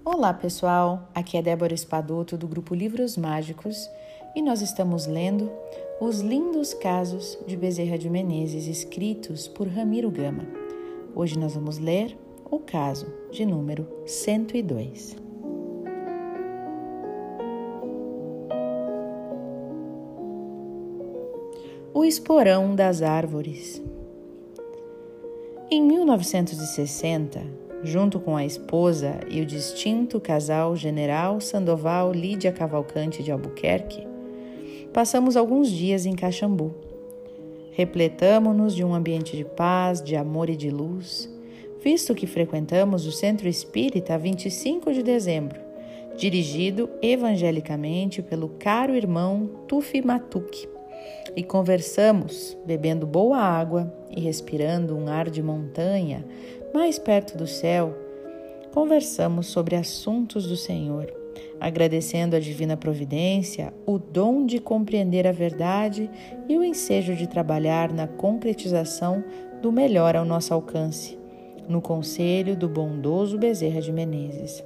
Olá pessoal, aqui é Débora Espadoto do grupo Livros Mágicos e nós estamos lendo Os Lindos Casos de Bezerra de Menezes, escritos por Ramiro Gama. Hoje nós vamos ler o caso de número 102. O Esporão das Árvores. Em 1960, junto com a esposa e o distinto casal General Sandoval Lídia Cavalcante de Albuquerque, passamos alguns dias em Caxambu. Repletamo-nos de um ambiente de paz, de amor e de luz, visto que frequentamos o Centro Espírita 25 de dezembro, dirigido evangelicamente pelo caro irmão Tufi Matuque, e conversamos, bebendo boa água e respirando um ar de montanha mais perto do céu. Conversamos sobre assuntos do Senhor, agradecendo a divina providência, o dom de compreender a verdade e o ensejo de trabalhar na concretização do melhor ao nosso alcance, no conselho do bondoso Bezerra de Menezes.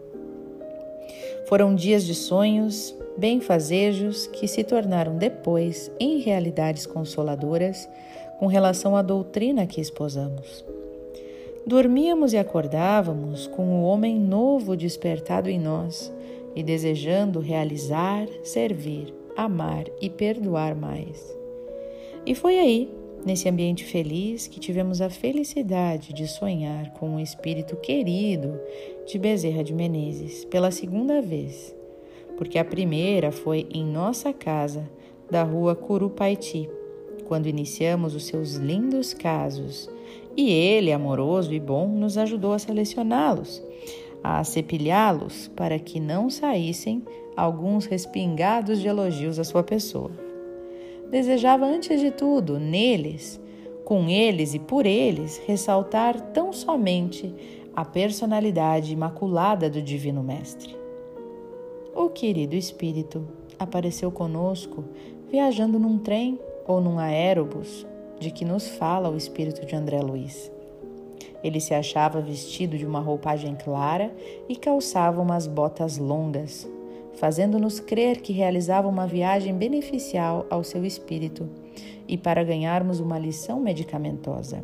Foram dias de sonhos, benfazejos que se tornaram depois em realidades consoladoras com relação à doutrina que esposamos. Dormíamos e acordávamos com o homem novo despertado em nós e desejando realizar, servir, amar e perdoar mais. E foi aí, nesse ambiente feliz, que tivemos a felicidade de sonhar com o espírito querido de Bezerra de Menezes pela segunda vez, porque a primeira foi em nossa casa da rua Curupaiti, quando iniciamos os seus lindos casos, e ele, amoroso e bom, nos ajudou a selecioná-los, a cepilhá-los para que não saíssem alguns respingados de elogios à sua pessoa. Desejava, antes de tudo, neles, com eles e por eles, ressaltar tão somente a personalidade imaculada do Divino Mestre. O querido espírito apareceu conosco viajando num trem ou num aerobus de que nos fala o espírito de André Luiz. Ele se achava vestido de uma roupagem clara e calçava umas botas longas, fazendo-nos crer que realizava uma viagem beneficial ao seu espírito e para ganharmos uma lição medicamentosa.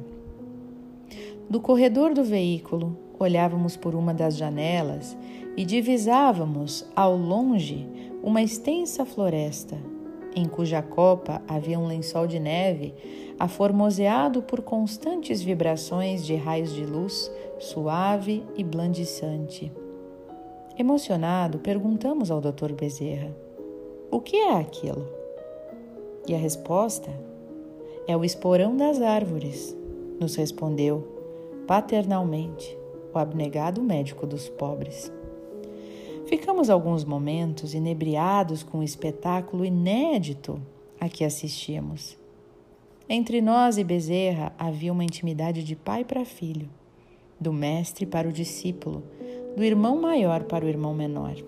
Do corredor do veículo, olhávamos por uma das janelas e divisávamos, ao longe, uma extensa floresta, em cuja copa havia um lençol de neve aformoseado por constantes vibrações de raios de luz suave e blandiçante. Emocionado, perguntamos ao Dr. Bezerra: o que é aquilo? E a resposta: é o esporão das árvores, nos respondeu paternalmente o abnegado médico dos pobres. Ficamos alguns momentos inebriados com o espetáculo inédito a que assistíamos. Entre nós e Bezerra havia uma intimidade de pai para filho, do mestre para o discípulo, do irmão maior para o irmão menor.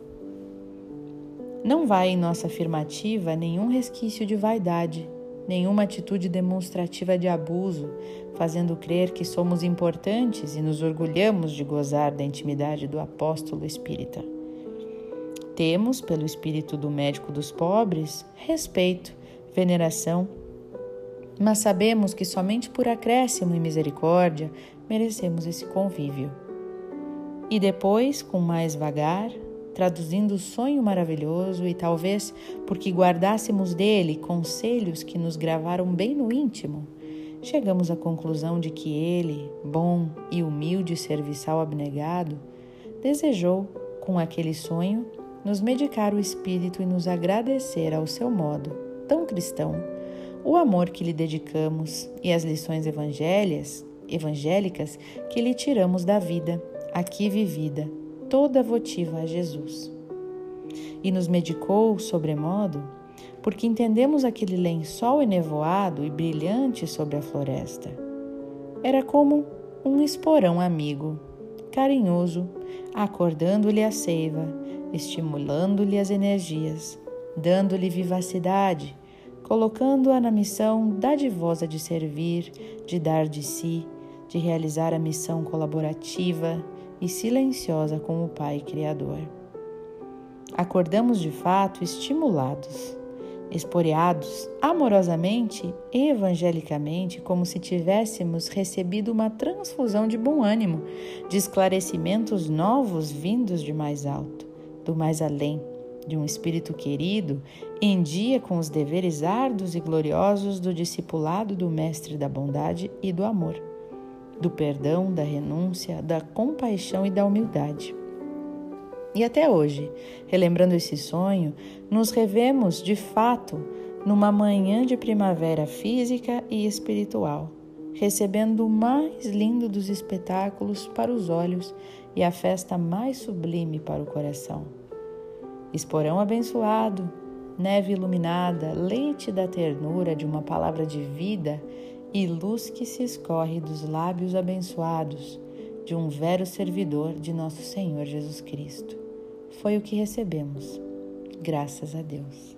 Não vai em nossa afirmativa nenhum resquício de vaidade, nenhuma atitude demonstrativa de abuso, fazendo crer que somos importantes e nos orgulhamos de gozar da intimidade do apóstolo espírita. Temos, pelo espírito do médico dos pobres, respeito, veneração, mas sabemos que somente por acréscimo e misericórdia merecemos esse convívio. E depois, com mais vagar, traduzindo o sonho maravilhoso e talvez porque guardássemos dele conselhos que nos gravaram bem no íntimo, chegamos à conclusão de que ele, bom e humilde serviçal abnegado, desejou, com aquele sonho, nos medicar o espírito e nos agradecer ao seu modo, tão cristão, o amor que lhe dedicamos e as lições evangélicas que lhe tiramos da vida, aqui vivida, toda votiva a Jesus. E nos medicou, sobremodo, porque entendemos aquele lençol enevoado e brilhante sobre a floresta. Era como um esporão amigo, carinhoso, acordando-lhe a seiva, estimulando-lhe as energias, dando-lhe vivacidade, colocando-a na missão dadivosa de servir, de dar de si, de realizar a missão colaborativa, e silenciosa com o Pai Criador. Acordamos de fato estimulados, esporeados amorosamente e evangelicamente, como se tivéssemos recebido uma transfusão de bom ânimo, de esclarecimentos novos vindos de mais alto, do mais além, de um espírito querido, em dia com os deveres árduos e gloriosos do discipulado do Mestre da bondade e do amor, do perdão, da renúncia, da compaixão e da humildade. E até hoje, relembrando esse sonho, nos revemos de fato numa manhã de primavera física e espiritual, recebendo o mais lindo dos espetáculos para os olhos e a festa mais sublime para o coração. Esporão abençoado, neve iluminada, leite da ternura de uma palavra de vida e luz que se escorre dos lábios abençoados de um vero servidor de nosso Senhor Jesus Cristo. Foi o que recebemos. Graças a Deus.